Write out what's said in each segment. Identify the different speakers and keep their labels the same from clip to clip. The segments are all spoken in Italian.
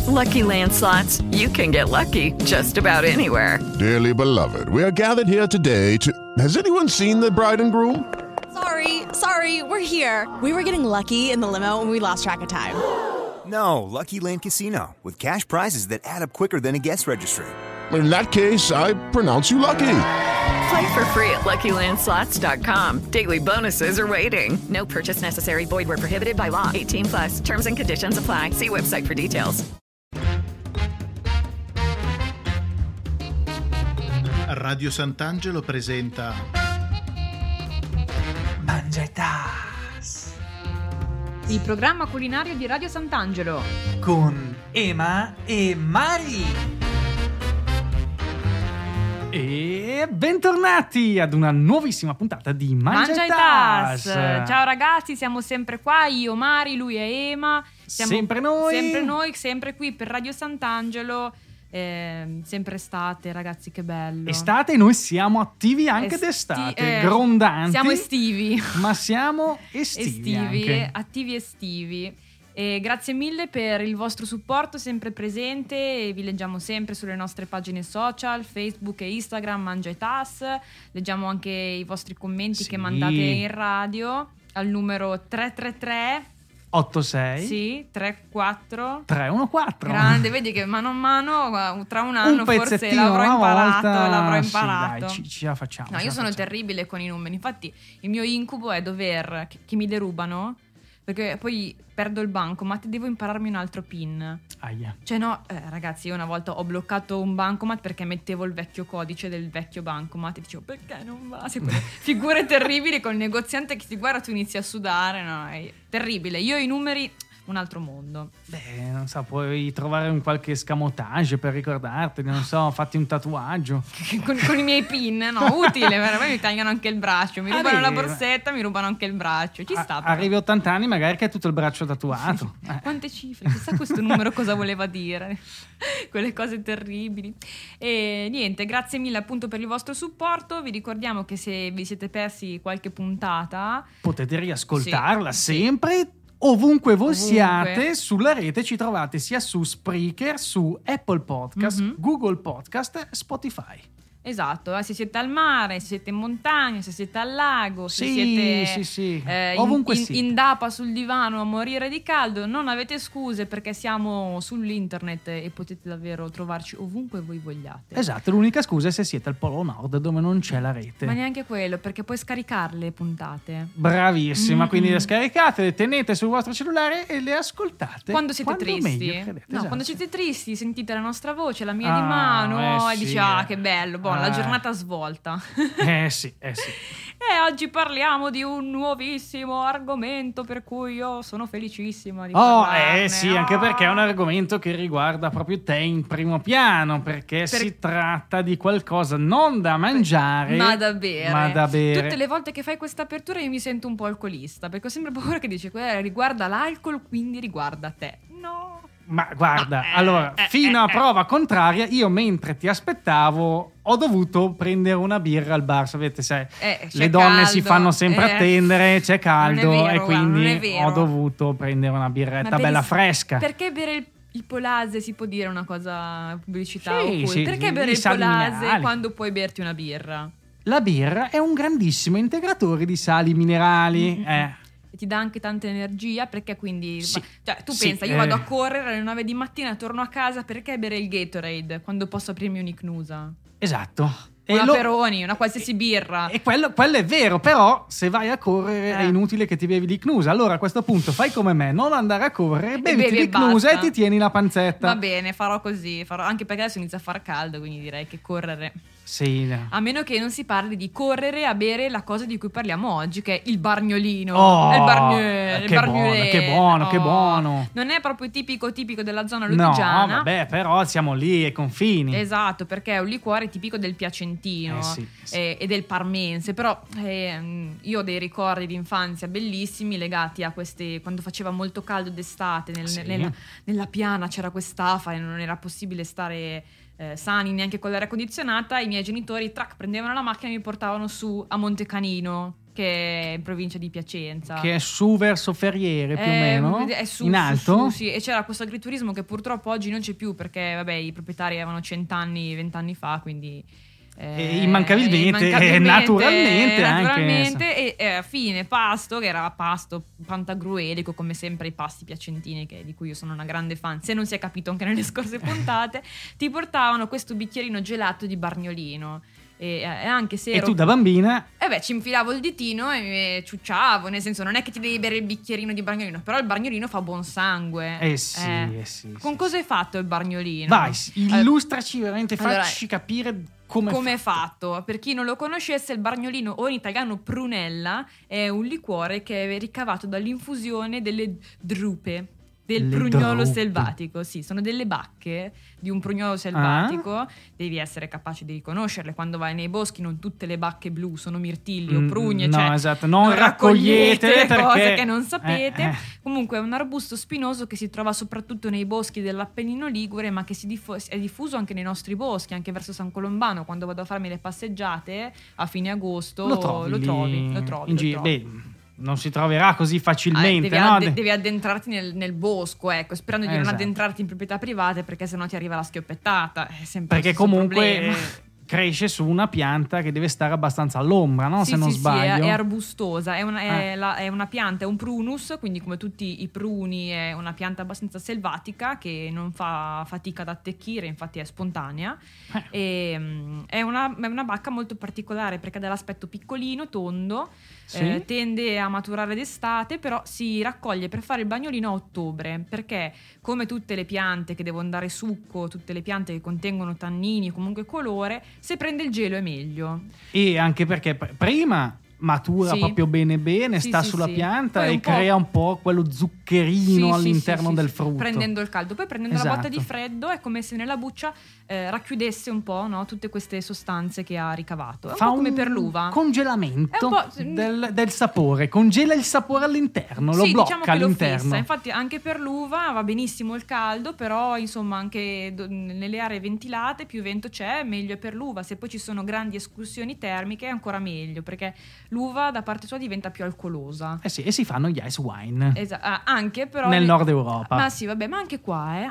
Speaker 1: Lucky Land Slots, you can get lucky just about anywhere.
Speaker 2: Dearly beloved, we are gathered here today to... Has anyone seen the bride and groom?
Speaker 3: Sorry, we're here. We were getting lucky in the limo and we lost track of time.
Speaker 4: No, Lucky Land Casino, with cash prizes that add up quicker than a guest registry.
Speaker 2: In that case, I pronounce you lucky.
Speaker 1: Play for free at LuckyLandSlots.com. Daily bonuses are waiting. No purchase necessary. Void where prohibited by law. 18+. Terms and conditions apply. See website for details.
Speaker 5: Radio Sant'Angelo presenta
Speaker 6: Mangiatas,
Speaker 7: il programma culinario di Radio Sant'Angelo
Speaker 6: con Ema e Mari. E bentornati ad una nuovissima puntata di Mangiatas.
Speaker 7: Ciao ragazzi, siamo sempre qua, io, Mari, lui e Ema. Siamo
Speaker 6: sempre noi,
Speaker 7: sempre qui per Radio Sant'Angelo. Sempre estate, ragazzi, che bello.
Speaker 6: Estate, noi siamo attivi anche d'estate, grondanti.
Speaker 7: Siamo estivi.
Speaker 6: Ma siamo estivi anche.
Speaker 7: Attivi estivi. E grazie mille per il vostro supporto sempre presente, e vi leggiamo sempre sulle nostre pagine social, Facebook e Instagram, Mangiatas. Leggiamo anche i vostri commenti che mandate in radio al numero 333
Speaker 6: 86
Speaker 7: sì, 34
Speaker 6: 314.
Speaker 7: Grande, vedi che mano a mano tra un anno forse l'avrò imparato.
Speaker 6: Sì, dai, ci la facciamo.
Speaker 7: No, io sono terribile con i numeri. Infatti il mio incubo è dover che mi derubano, perché poi perdo il bancomat e devo impararmi un altro PIN.
Speaker 6: Aia.
Speaker 7: Cioè no, ragazzi, io una volta ho bloccato un bancomat perché mettevo il vecchio codice del vecchio bancomat e dicevo perché non va? Figure terribili col negoziante che ti guarda, tu inizi a sudare, no, è terribile. Io i numeri, un altro mondo.
Speaker 6: Beh, non so, puoi trovare un qualche scamotage per ricordarteli, non so, fatti un tatuaggio.
Speaker 7: con i miei PIN, no, utile, veramente mi tagliano anche il braccio, mi rubano la borsetta, mi rubano anche il braccio. Ci sta.
Speaker 6: Arrivi a 80 anni magari che hai tutto il braccio tatuato.
Speaker 7: Quante cifre, chissà questo numero cosa voleva dire. Quelle cose terribili. E niente, grazie mille appunto per il vostro supporto. Vi ricordiamo che se vi siete persi qualche puntata
Speaker 6: potete riascoltarla sempre. Ovunque voi siate sulla rete, ci trovate sia su Spreaker, su Apple Podcast, Google Podcast, Spotify.
Speaker 7: Esatto, se siete al mare, se siete in montagna, se siete al lago, se siete
Speaker 6: ovunque
Speaker 7: in dapa sul divano a morire di caldo, non avete scuse perché siamo sull'internet e potete davvero trovarci ovunque voi vogliate.
Speaker 6: Esatto, l'unica scusa è se siete al Polo Nord dove non c'è la rete.
Speaker 7: Ma neanche quello, perché puoi scaricarle le puntate.
Speaker 6: Bravissima, quindi le scaricate, le tenete sul vostro cellulare e le ascoltate
Speaker 7: quando siete tristi.
Speaker 6: Meglio, credete, esatto.
Speaker 7: Quando siete tristi sentite la nostra voce, la mia di mano e dici che bello, la giornata svolta.
Speaker 6: Sì.
Speaker 7: E oggi parliamo di un nuovissimo argomento per cui io sono felicissima di parlarne.
Speaker 6: Sì, anche perché è un argomento che riguarda proprio te in primo piano, perché si tratta di qualcosa non da mangiare,
Speaker 7: ma da bere. Tutte le volte che fai questa apertura io mi sento un po' alcolista, perché ho sempre paura che dice riguarda l'alcol, quindi riguarda te. No.
Speaker 6: Ma guarda, allora, fino a prova contraria, io mentre ti aspettavo ho dovuto prendere una birra al bar. Sapete, sai, le donne
Speaker 7: caldo,
Speaker 6: si fanno sempre attendere, c'è caldo,
Speaker 7: vero,
Speaker 6: e quindi
Speaker 7: guarda,
Speaker 6: ho dovuto prendere una birretta bella fresca.
Speaker 7: Perché bere il Polase si può dire una cosa pubblicità?
Speaker 6: Sì,
Speaker 7: perché bere il Polase quando puoi berti una birra?
Speaker 6: La birra è un grandissimo integratore di sali minerali,
Speaker 7: E ti dà anche tanta energia, perché quindi tu pensa, io vado a correre alle 9 di mattina, torno a casa, perché bere il Gatorade quando posso aprirmi un'Icnusa?
Speaker 6: Esatto.
Speaker 7: Una Peroni, una qualsiasi birra.
Speaker 6: E quello è vero, però se vai a correre è inutile che ti bevi l'Icnusa. Allora a questo punto fai come me, non andare a correre, bevi l'Icnusa e ti tieni la panzetta.
Speaker 7: Va bene, farò così, anche perché adesso inizia a far caldo, quindi direi che correre.
Speaker 6: Sì. No.
Speaker 7: A meno che non si parli di correre a bere la cosa di cui parliamo oggi, che è il bargnolino. Il bargnolino.
Speaker 6: Che buono.
Speaker 7: Non è proprio tipico della zona lodigiana.
Speaker 6: No, vabbè, però siamo lì ai confini.
Speaker 7: Esatto, perché è un liquore tipico del piacentino e del parmense. Però io ho dei ricordi di infanzia bellissimi legati a queste, quando faceva molto caldo d'estate nella piana c'era quest'afa e non era possibile stare sani neanche con l'aria condizionata. I miei genitori prendevano la macchina e mi portavano su a Monte Canino, che che è in provincia di Piacenza.
Speaker 6: Che è su verso Ferriere più o meno,
Speaker 7: è su,
Speaker 6: in alto.
Speaker 7: sì. E c'era questo agriturismo che purtroppo oggi non c'è più perché vabbè, i proprietari avevano 100 anni, 20 anni fa, quindi
Speaker 6: immancabilmente naturalmente anche.
Speaker 7: E a fine pasto, che era pasto pantagruelico come sempre i pasti piacentini di cui io sono una grande fan, se non si è capito anche nelle scorse puntate, ti portavano questo bicchierino gelato di Bargnolino. E anche se
Speaker 6: tu da bambina
Speaker 7: ci infilavo il ditino e mi ciucciavo, nel senso non è che ti devi bere il bicchierino di Bargnolino, però il Bargnolino fa buon sangue.
Speaker 6: Sì.
Speaker 7: Con cosa è fatto il Bargnolino?
Speaker 6: Vai, illustraci veramente, facci capire come
Speaker 7: è fatto. Per chi non lo conoscesse, il Bargnolino, o in italiano prunella, è un liquore che è ricavato dall'infusione delle drupe del prugnolo selvatico. Sì, sono delle bacche di un prugnolo selvatico. Devi essere capace di riconoscerle quando vai nei boschi. Non tutte le bacche blu sono mirtilli o prugne,
Speaker 6: no, esatto, non raccogliete
Speaker 7: le cose
Speaker 6: perché
Speaker 7: che non sapete. Comunque è un arbusto spinoso che si trova soprattutto nei boschi dell'Appennino Ligure, ma che è diffuso anche nei nostri boschi, anche verso San Colombano. Quando vado a farmi le passeggiate a fine agosto lo trovi.
Speaker 6: Non si troverà così facilmente, no?
Speaker 7: Devi addentrarti nel bosco, ecco, sperando di non addentrarti in proprietà private, perché sennò ti arriva la schioppettata. È sempre
Speaker 6: perché comunque cresce su una pianta che deve stare abbastanza all'ombra, no?
Speaker 7: Sì,
Speaker 6: se non sbaglio.
Speaker 7: Sì, è arbustosa, è una pianta, è un prunus, quindi come tutti i pruni è una pianta abbastanza selvatica che non fa fatica ad attecchire, infatti è spontanea. È una bacca molto particolare perché ha dell'aspetto piccolino, tondo. Sì. Tende a maturare d'estate, però si raccoglie per fare il bagnolino a ottobre, perché come tutte le piante che devono dare succo, tutte le piante che contengono tannini o comunque colore, se prende il gelo è meglio.
Speaker 6: E anche perché prima matura proprio bene, sta sulla pianta e crea un po' quello zuccherino all'interno del frutto.
Speaker 7: Prendendo il caldo. Poi prendendo la botta di freddo è come se nella buccia racchiudesse un po', no, tutte queste sostanze che ha ricavato. È un po' come per l'uva.
Speaker 6: Congelamento del sapore. Congela il sapore all'interno, lo blocca
Speaker 7: diciamo che
Speaker 6: all'interno.
Speaker 7: Lo fissa. Infatti anche per l'uva va benissimo il caldo, però insomma anche nelle aree ventilate più vento c'è, meglio è per l'uva. Se poi ci sono grandi escursioni termiche è ancora meglio, perché l'uva da parte sua diventa più alcolosa.
Speaker 6: E si fanno gli ice wine.
Speaker 7: Anche però
Speaker 6: nel nord Europa.
Speaker 7: Ma sì, vabbè, ma anche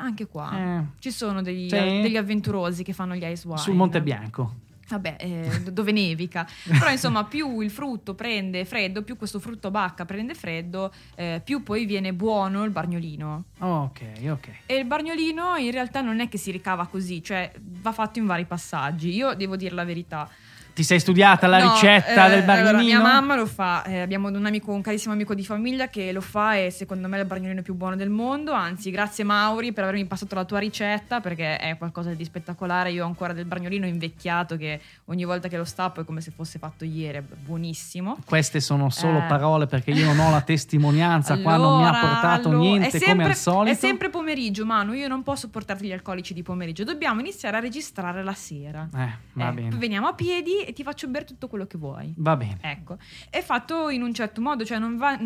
Speaker 7: qua ci sono degli avventurosi che fanno gli ice wine.
Speaker 6: Sul Monte Bianco.
Speaker 7: Vabbè, dove nevica. Però insomma più il frutto prende freddo, più questo frutto bacca prende freddo, più poi viene buono il Bargnolino.
Speaker 6: Ok.
Speaker 7: E il Bargnolino in realtà non è che si ricava così, cioè va fatto in vari passaggi. Io devo dire la verità.
Speaker 6: Ti sei studiata la ricetta del Bargnolino?
Speaker 7: Allora, mia mamma lo fa, abbiamo un carissimo amico di famiglia che lo fa e secondo me è il Bargnolino più buono del mondo, anzi grazie Mauri per avermi passato la tua ricetta, perché è qualcosa di spettacolare. Io ho ancora del Bargnolino invecchiato che ogni volta che lo stappo è come se fosse fatto ieri, è buonissimo.
Speaker 6: Queste sono solo parole, perché io non ho la testimonianza, qua non mi ha portato niente come al solito.
Speaker 7: È sempre pomeriggio, Manu, io non posso portarti gli alcolici di pomeriggio, dobbiamo iniziare a registrare la sera.
Speaker 6: Va bene.
Speaker 7: Poi veniamo a piedi e ti faccio bere tutto quello che vuoi.
Speaker 6: Va bene.
Speaker 7: Ecco, è fatto in un certo modo, cioè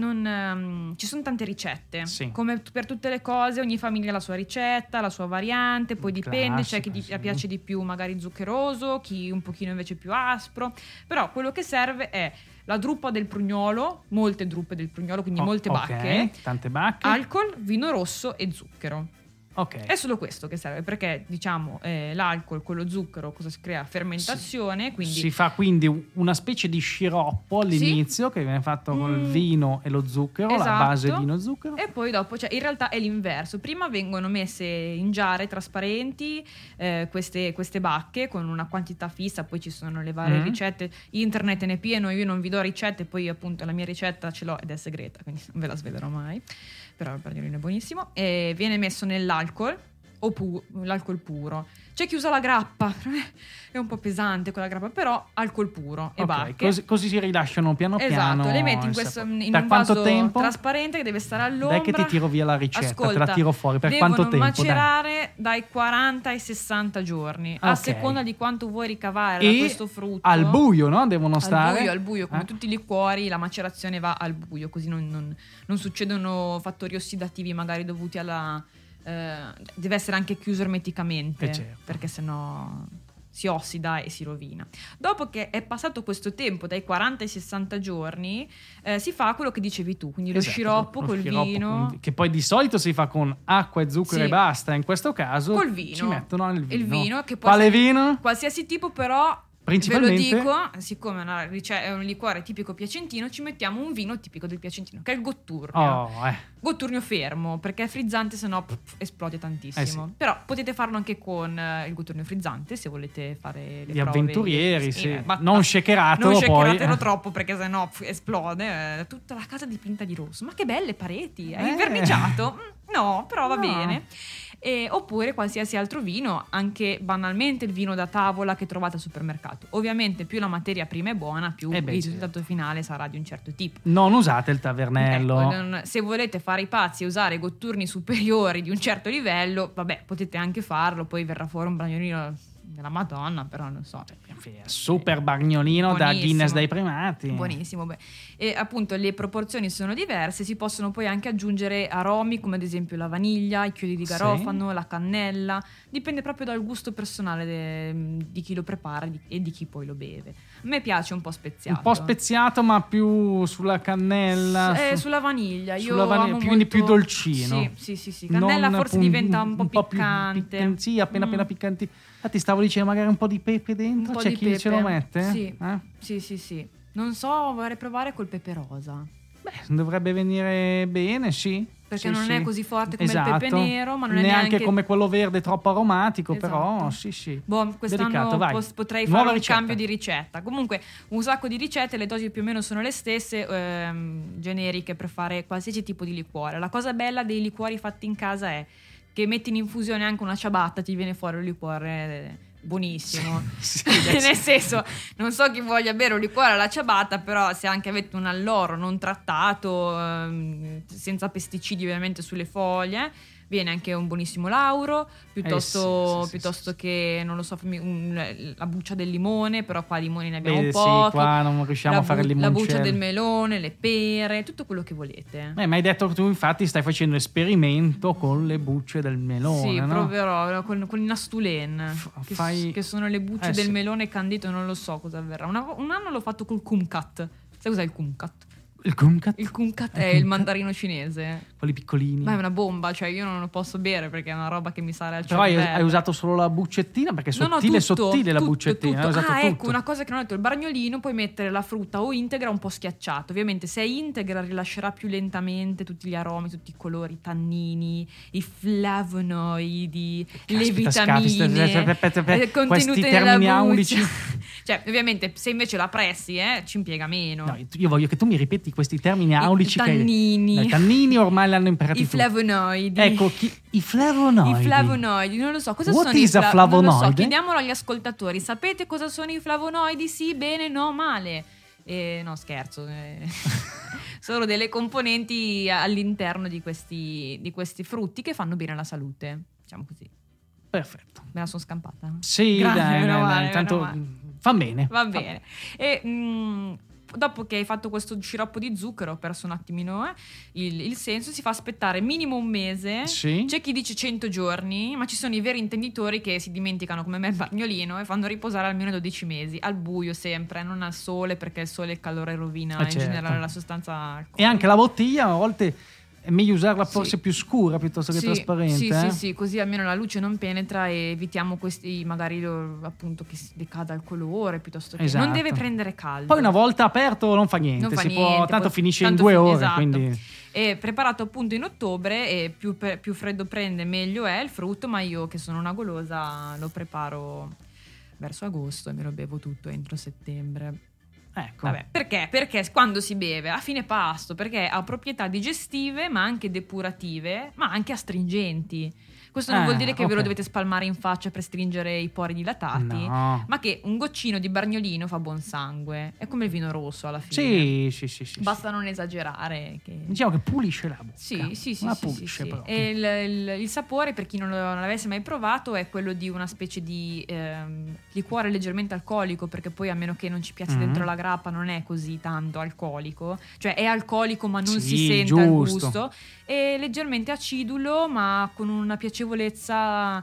Speaker 7: ci sono tante ricette.
Speaker 6: Sì.
Speaker 7: Come per tutte le cose, ogni famiglia ha la sua ricetta, la sua variante, poi dipende, c'è chi piace di più magari zuccheroso, chi un pochino invece più aspro, però quello che serve è la druppa del prugnolo, molte druppe del prugnolo, quindi molte bacche,
Speaker 6: tante bacche,
Speaker 7: alcol, vino rosso e zucchero.
Speaker 6: Ok.
Speaker 7: È solo questo che serve, perché diciamo l'alcol con lo zucchero cosa si crea? Fermentazione, quindi
Speaker 6: si fa quindi una specie di sciroppo all'inizio che viene fatto con il vino e lo zucchero,
Speaker 7: esatto.
Speaker 6: La base vino zucchero,
Speaker 7: e poi dopo in realtà è l'inverso. Prima vengono messe in giare trasparenti queste bacche con una quantità fissa, poi ci sono le varie ricette, internet ne è pieno, io non vi do ricette, poi appunto la mia ricetta ce l'ho ed è segreta, quindi non ve la svelerò mai, però il Bargnolino è buonissimo. E viene messo nell'alcol l'alcol puro. C'è chi usa la grappa, è un po' pesante quella grappa, però alcol puro e bacche.
Speaker 6: Così si rilasciano piano piano.
Speaker 7: Esatto, le metti in un vaso trasparente che deve stare all'ombra.
Speaker 6: Dai che ti tiro via la ricetta,
Speaker 7: ascolta,
Speaker 6: te la tiro fuori. Per quanto tempo?
Speaker 7: Devono macerare dai 40 ai 60 giorni, a seconda di quanto vuoi ricavare da questo frutto.
Speaker 6: Al buio, no? Devono stare
Speaker 7: al buio, come tutti i liquori, la macerazione va al buio, così non succedono fattori ossidativi magari dovuti alla... deve essere anche chiuso ermeticamente,
Speaker 6: certo.
Speaker 7: perché sennò si ossida e si rovina. Dopo che è passato questo tempo, dai 40 ai 60 giorni, si fa quello che dicevi tu, quindi lo sciroppo col vino.
Speaker 6: Che poi di solito si fa con acqua e zucchero e basta, in questo caso
Speaker 7: col vino.
Speaker 6: ci mettono il vino.
Speaker 7: Il vino, che
Speaker 6: quale vino?
Speaker 7: Qualsiasi tipo, però
Speaker 6: principalmente,
Speaker 7: ve lo dico, siccome è un liquore tipico piacentino, ci mettiamo un vino tipico del Piacentino, che è il Gotturnio. Gotturnio fermo, perché è frizzante, sennò esplode tantissimo. Però potete farlo anche con il Gotturnio frizzante, se volete fare le
Speaker 6: gli
Speaker 7: prove.
Speaker 6: avventurieri, sì. Non shakeratelo,
Speaker 7: non shakeratelo troppo, perché sennò esplode. Tutta la casa dipinta di rosso. Ma che belle pareti! Hai inverniciato? No, però va bene. Oppure qualsiasi altro vino, anche banalmente il vino da tavola che trovate al supermercato. Ovviamente più la materia prima è buona, più il risultato finale sarà di un certo tipo.
Speaker 6: Non usate il tavernello.
Speaker 7: Ecco, se volete fare i pazzi e usare Gotturni superiori di un certo livello, vabbè, potete anche farlo, poi verrà fuori un bagnolino della Madonna, però non so.
Speaker 6: Super bagnolino da Guinness dei primati.
Speaker 7: Buonissimo. E appunto le proporzioni sono diverse, si possono poi anche aggiungere aromi come ad esempio la vaniglia, i chiodi di garofano, la cannella, dipende proprio dal gusto personale di chi lo prepara e di chi poi lo beve. A me piace un po' speziato.
Speaker 6: Un po' speziato, ma più sulla cannella.
Speaker 7: Sulla vaniglia.
Speaker 6: Quindi più dolcino.
Speaker 7: Sì. Cannella forse diventa un po' piccante.
Speaker 6: Sì, appena piccanti. Infatti stavo dicendo magari un po' di pepe dentro. C'è chi ce lo mette?
Speaker 7: Sì. Non so, vorrei provare col pepe rosa.
Speaker 6: Dovrebbe venire bene, sì.
Speaker 7: Perché non è così forte come il pepe nero, ma non è neanche
Speaker 6: come quello verde troppo aromatico, però sì.
Speaker 7: Quest'anno potrei fare un cambio di ricetta. Comunque un sacco di ricette, le dosi più o meno sono le stesse, generiche per fare qualsiasi tipo di liquore. La cosa bella dei liquori fatti in casa è che metti in infusione anche una ciabatta, ti viene fuori un liquore buonissimo. Nel senso, non so chi voglia bere un liquore alla ciabatta, però se anche avete un alloro non trattato, senza pesticidi ovviamente sulle foglie, viene anche un buonissimo lauro, piuttosto che, non lo so, la buccia del limone, però qua limoni ne abbiamo pochi.
Speaker 6: Qua non riusciamo a fare il limoncello.
Speaker 7: La buccia del melone, le pere, tutto quello che volete.
Speaker 6: Ma hai detto che tu infatti stai facendo esperimento con le bucce del melone.
Speaker 7: Sì, proverò con i nastulen, che sono le bucce del melone candito, non lo so cosa avverrà. Un anno l'ho fatto col kumquat. Sai cos'è il kumquat?
Speaker 6: Il kumquat?
Speaker 7: Il kumquat è il mandarino cinese.
Speaker 6: Quelli piccolini.
Speaker 7: Ma è una bomba, cioè io non lo posso bere perché è una roba che mi sale al cervello.
Speaker 6: Però hai usato solo la buccettina, perché è sottile la buccettina.
Speaker 7: Tutto. Ecco, una cosa che non ho detto, il bagnolino puoi mettere la frutta o integra o un po' schiacciato. Ovviamente se è integra rilascerà più lentamente tutti gli aromi, tutti i colori, i tannini, i flavonoidi, le vitamine
Speaker 6: questi termini aulici.
Speaker 7: Cioè, ovviamente se invece la pressi, ci impiega meno.
Speaker 6: No, io voglio che tu mi ripeti questi termini aulici.
Speaker 7: I tannini.
Speaker 6: I tannini ormai l'hanno imparati
Speaker 7: tutti. I flavonoidi.
Speaker 6: Ecco, i flavonoidi.
Speaker 7: I flavonoidi, non lo so. Cosa
Speaker 6: What
Speaker 7: sono
Speaker 6: is a flavonoide?
Speaker 7: Non lo so, chiediamolo agli ascoltatori. Sapete cosa sono i flavonoidi? Sì, bene, no, male. No, scherzo. Sono delle componenti all'interno di questi frutti che fanno bene alla salute. Diciamo così.
Speaker 6: Perfetto.
Speaker 7: Me la sono scampata?
Speaker 6: Sì, dai, intanto fa bene.
Speaker 7: Va bene. E dopo che hai fatto questo sciroppo di zucchero, ho perso un attimino il senso, si fa aspettare minimo un mese.
Speaker 6: Sì.
Speaker 7: C'è chi dice 100 giorni, ma ci sono i veri intenditori che si dimenticano come me il bagnolino e fanno riposare almeno 12 mesi, al buio sempre, non al sole, perché il sole e il calore rovina in generale la sostanza alcolica.
Speaker 6: E anche la bottiglia a volte è meglio usarla forse più scura piuttosto che trasparente.
Speaker 7: Sì, così almeno la luce non penetra e evitiamo questi, magari appunto che si decada il colore, piuttosto che non deve prendere caldo.
Speaker 6: Poi una volta aperto non fa niente, tanto finisce in 2 ore.
Speaker 7: Esatto.
Speaker 6: Quindi
Speaker 7: è preparato appunto in ottobre e più freddo prende meglio è il frutto, ma io che sono una golosa lo preparo verso agosto e me lo bevo tutto entro settembre.
Speaker 6: Ecco.
Speaker 7: Vabbè, perché? Perché quando si beve a fine pasto, perché ha proprietà digestive, ma anche depurative, ma anche astringenti. Questo non vuol dire che ve lo dovete spalmare in faccia per stringere i pori dilatati, ma che un goccino di bagnolino fa buon sangue. È come il vino rosso alla fine.
Speaker 6: Sì.
Speaker 7: Basta non esagerare.
Speaker 6: Diciamo che pulisce la bocca.
Speaker 7: Sì.
Speaker 6: Pulisce proprio.
Speaker 7: E il sapore, per chi non l'avesse mai provato, è quello di una specie di liquore leggermente alcolico, perché poi a meno che non ci piazzi dentro la grappa non è così tanto alcolico. Cioè è alcolico ma non si sente al gusto. È leggermente acidulo, ma con una piacevole piacevolezza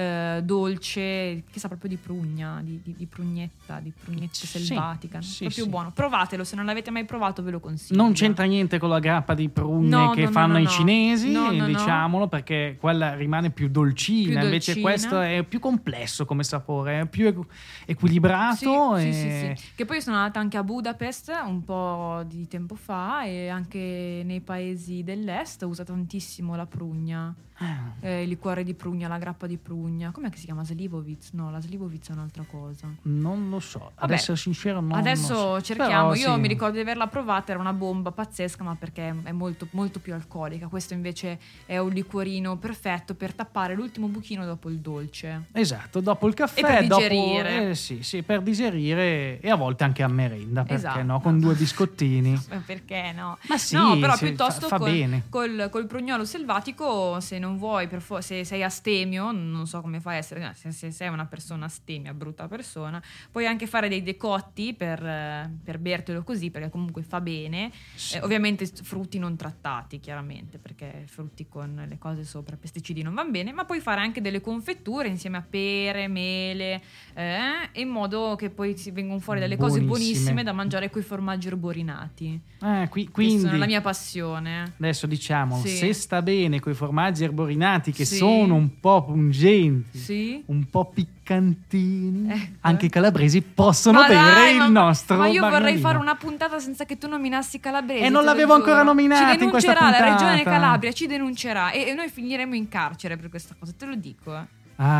Speaker 7: dolce, che sa proprio di prugna, di prugnetta selvatica. Proprio buono. Provatelo, se non l'avete mai provato ve lo consiglio.
Speaker 6: Non c'entra niente con la grappa di prugne che fanno i cinesi, diciamolo, perché quella rimane più dolcina, invece questo è più complesso come sapore, è più equilibrato.
Speaker 7: Sì. Che poi sono andata anche a Budapest un po' di tempo fa, e anche nei paesi dell'est usa tantissimo la prugna. Il liquore di prugna, la grappa di prugna, com'è che si chiama? Slivovitz? No, la Slivovitz è un'altra cosa.
Speaker 6: Non lo so, ad essere sincero
Speaker 7: adesso
Speaker 6: non so.
Speaker 7: cerchiamo.
Speaker 6: Però,
Speaker 7: io mi ricordo di averla provata, era una bomba pazzesca, ma perché è molto, molto più alcolica. Questo invece è un liquorino perfetto per tappare l'ultimo buchino dopo il dolce.
Speaker 6: Esatto, dopo il caffè,
Speaker 7: e per digerire.
Speaker 6: Sì, per digerire, e a volte anche a merenda, perché no, con 2 biscottini.
Speaker 7: Perché no?
Speaker 6: Ma sì,
Speaker 7: no, però piuttosto
Speaker 6: fa bene.
Speaker 7: Col prugnolo selvatico, se non vuoi, se sei astemio, non so come fai a essere, se sei una persona astemia, brutta persona, puoi anche fare dei decotti per bertelo così, perché comunque fa bene.
Speaker 6: Sì.
Speaker 7: Ovviamente frutti non trattati, chiaramente, perché frutti con le cose sopra, pesticidi, non vanno bene, ma puoi fare anche delle confetture insieme a pere, mele, in modo che poi si vengono fuori delle cose buonissime da mangiare coi formaggi erborinati.
Speaker 6: Quindi
Speaker 7: sono la mia passione.
Speaker 6: Adesso diciamo,
Speaker 7: Sì.
Speaker 6: se sta bene coi formaggi erborinati che sono un po' pungenti, un po' piccantini, anche i calabresi possono bere il nostro
Speaker 7: ma io
Speaker 6: bagnolino.
Speaker 7: vorrei fare una puntata senza che tu nominassi calabresi,
Speaker 6: e non l'avevo ancora nominato in questa puntata.
Speaker 7: La regione Calabria ci denuncerà e noi finiremo in carcere per questa cosa, te lo dico.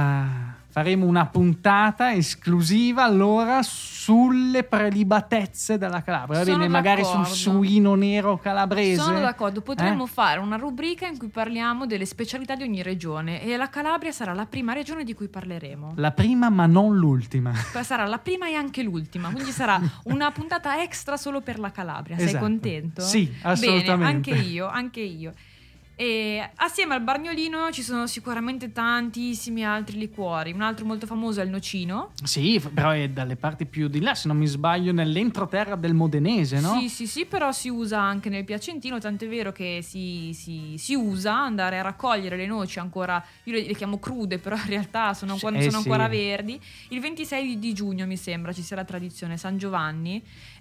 Speaker 6: Faremo una puntata esclusiva allora sulle prelibatezze della Calabria. Va bene, magari sul suino nero calabrese.
Speaker 7: Sono d'accordo, potremmo fare una rubrica in cui parliamo delle specialità di ogni regione, e la Calabria sarà la prima regione di cui parleremo.
Speaker 6: La prima ma non l'ultima.
Speaker 7: Sarà la prima e anche l'ultima, quindi sarà una puntata extra solo per la Calabria. Sei contento?
Speaker 6: Sì, assolutamente.
Speaker 7: Bene, anche io. E assieme al Bargnolino ci sono sicuramente tantissimi altri liquori. Un altro molto famoso è il nocino.
Speaker 6: Sì, però è dalle parti più di là, se non mi sbaglio, nell'entroterra del Modenese, no?
Speaker 7: Sì, però si usa anche nel Piacentino, tant'è vero che si usa andare a raccogliere le noci ancora, io le chiamo crude, però in realtà sono ancora verdi. Il 26 di giugno mi sembra ci sia la tradizione San Giovanni.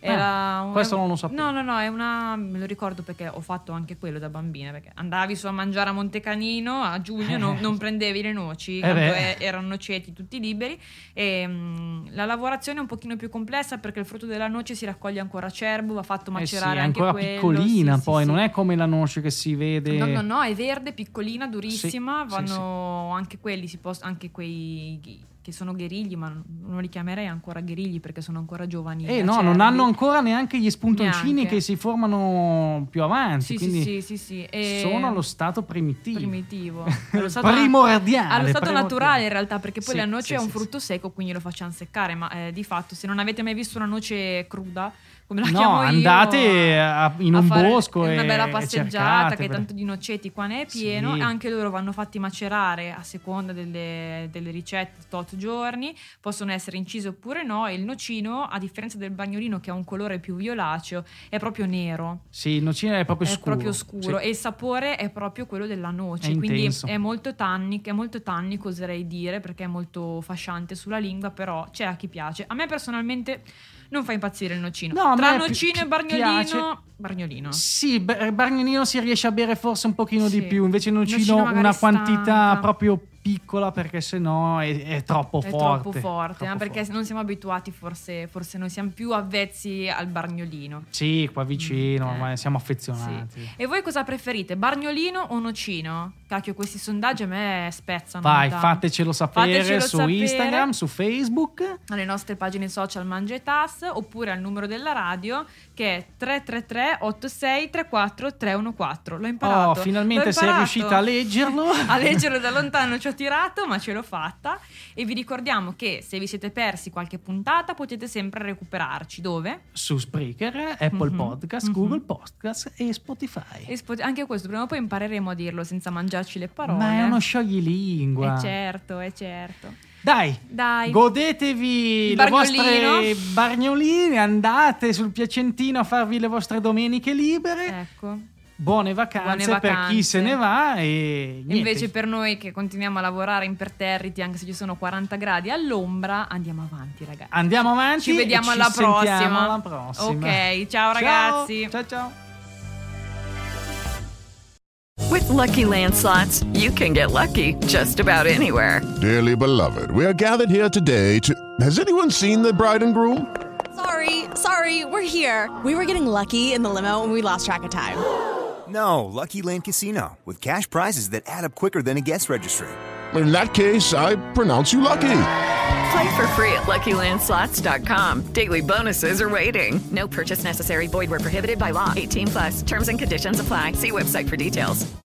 Speaker 6: Questo non lo sapevo.
Speaker 7: No, è me lo ricordo perché ho fatto anche quello da bambina, perché andavi su a mangiare a Montecanino a giugno, non prendevi le noci, erano noceti tutti liberi, e la lavorazione è un pochino più complessa perché il frutto della noce si raccoglie ancora acerbo, va fatto macerare anche quello.
Speaker 6: È ancora piccolina, non è come la noce che si vede.
Speaker 7: No, è verde, piccolina, durissima, anche quelli, anche quei che sono gherigli, ma non li chiamerei ancora gherigli perché sono ancora giovani.
Speaker 6: Non hanno ancora neanche gli spuntoncini che si formano più avanti. Quindi
Speaker 7: sì.
Speaker 6: Sono allo stato primitivo.
Speaker 7: Allo stato
Speaker 6: primordiale.
Speaker 7: Allo stato naturale in realtà, perché poi la noce è un
Speaker 6: frutto
Speaker 7: frutto secco, quindi lo facciamo seccare, ma di fatto se non avete mai visto una noce cruda, come la chiamo io,
Speaker 6: andate in un bosco
Speaker 7: e una bella
Speaker 6: e
Speaker 7: passeggiata,
Speaker 6: cercate,
Speaker 7: che tanto di noceti qua ne è pieno, e anche loro vanno fatti macerare a seconda delle ricette tot giorni, possono essere incisi oppure no, e il nocino, a differenza del bagnolino che ha un colore più violaceo, è proprio nero.
Speaker 6: Sì, il nocino è proprio scuro.
Speaker 7: È proprio scuro, e il sapore è proprio quello della noce, quindi è molto tannico, oserei dire, perché è molto fasciante sulla lingua, però c'è a chi piace. A me personalmente non fa impazzire il nocino. Tra nocino e Bargnolino.
Speaker 6: Sì, Bargnolino si riesce a bere forse un pochino di più, invece il nocino una quantità proprio piccola, perché sennò è troppo forte.
Speaker 7: Perché non siamo abituati, forse non siamo più avvezzi al Bargnolino.
Speaker 6: Sì, qua vicino, ma siamo affezionati.
Speaker 7: Sì. E voi cosa preferite, Bargnolino o nocino? Cacchio, questi sondaggi a me spezzano.
Speaker 6: Vai, fatecelo sapere su Instagram, su Facebook,
Speaker 7: alle nostre pagine social Mangia e Tas, oppure al numero della radio che è 333 86 34 314. L'ho imparato.
Speaker 6: Finalmente sei riuscita a leggerlo.
Speaker 7: A leggerlo da lontano ci ho tirato, ma ce l'ho fatta. E vi ricordiamo che se vi siete persi qualche puntata potete sempre recuperarci. Dove?
Speaker 6: Su Spreaker, Apple Podcast, Google Podcast e Spotify.
Speaker 7: Anche questo prima o poi impareremo a dirlo senza mangiarci le parole.
Speaker 6: Ma è uno scioglilingua.
Speaker 7: È certo.
Speaker 6: Dai, godetevi le vostre bargnoline, andate sul Piacentino a farvi le vostre domeniche libere.
Speaker 7: Ecco.
Speaker 6: buone vacanze per chi se ne va e niente.
Speaker 7: Invece per noi che continuiamo a lavorare imperterriti anche se ci sono 40 gradi all'ombra, andiamo avanti ragazzi.
Speaker 6: Andiamo avanti,
Speaker 7: ci vediamo
Speaker 6: alla prossima.
Speaker 7: Ok, ciao ragazzi.
Speaker 6: Ciao.
Speaker 1: With Lucky Land Slots, you can get lucky just about anywhere.
Speaker 2: Dearly beloved, we are gathered here today to... Has anyone seen the bride and groom?
Speaker 3: Sorry, we're here. We were getting lucky in the limo and we lost track of time.
Speaker 4: No, Lucky Land Casino, with cash prizes that add up quicker than a guest registry.
Speaker 2: In that case, I pronounce you lucky.
Speaker 1: Play for free at LuckyLandSlots.com. Daily bonuses are waiting. No purchase necessary. Void where prohibited by law. 18+. Terms and conditions apply. See website for details.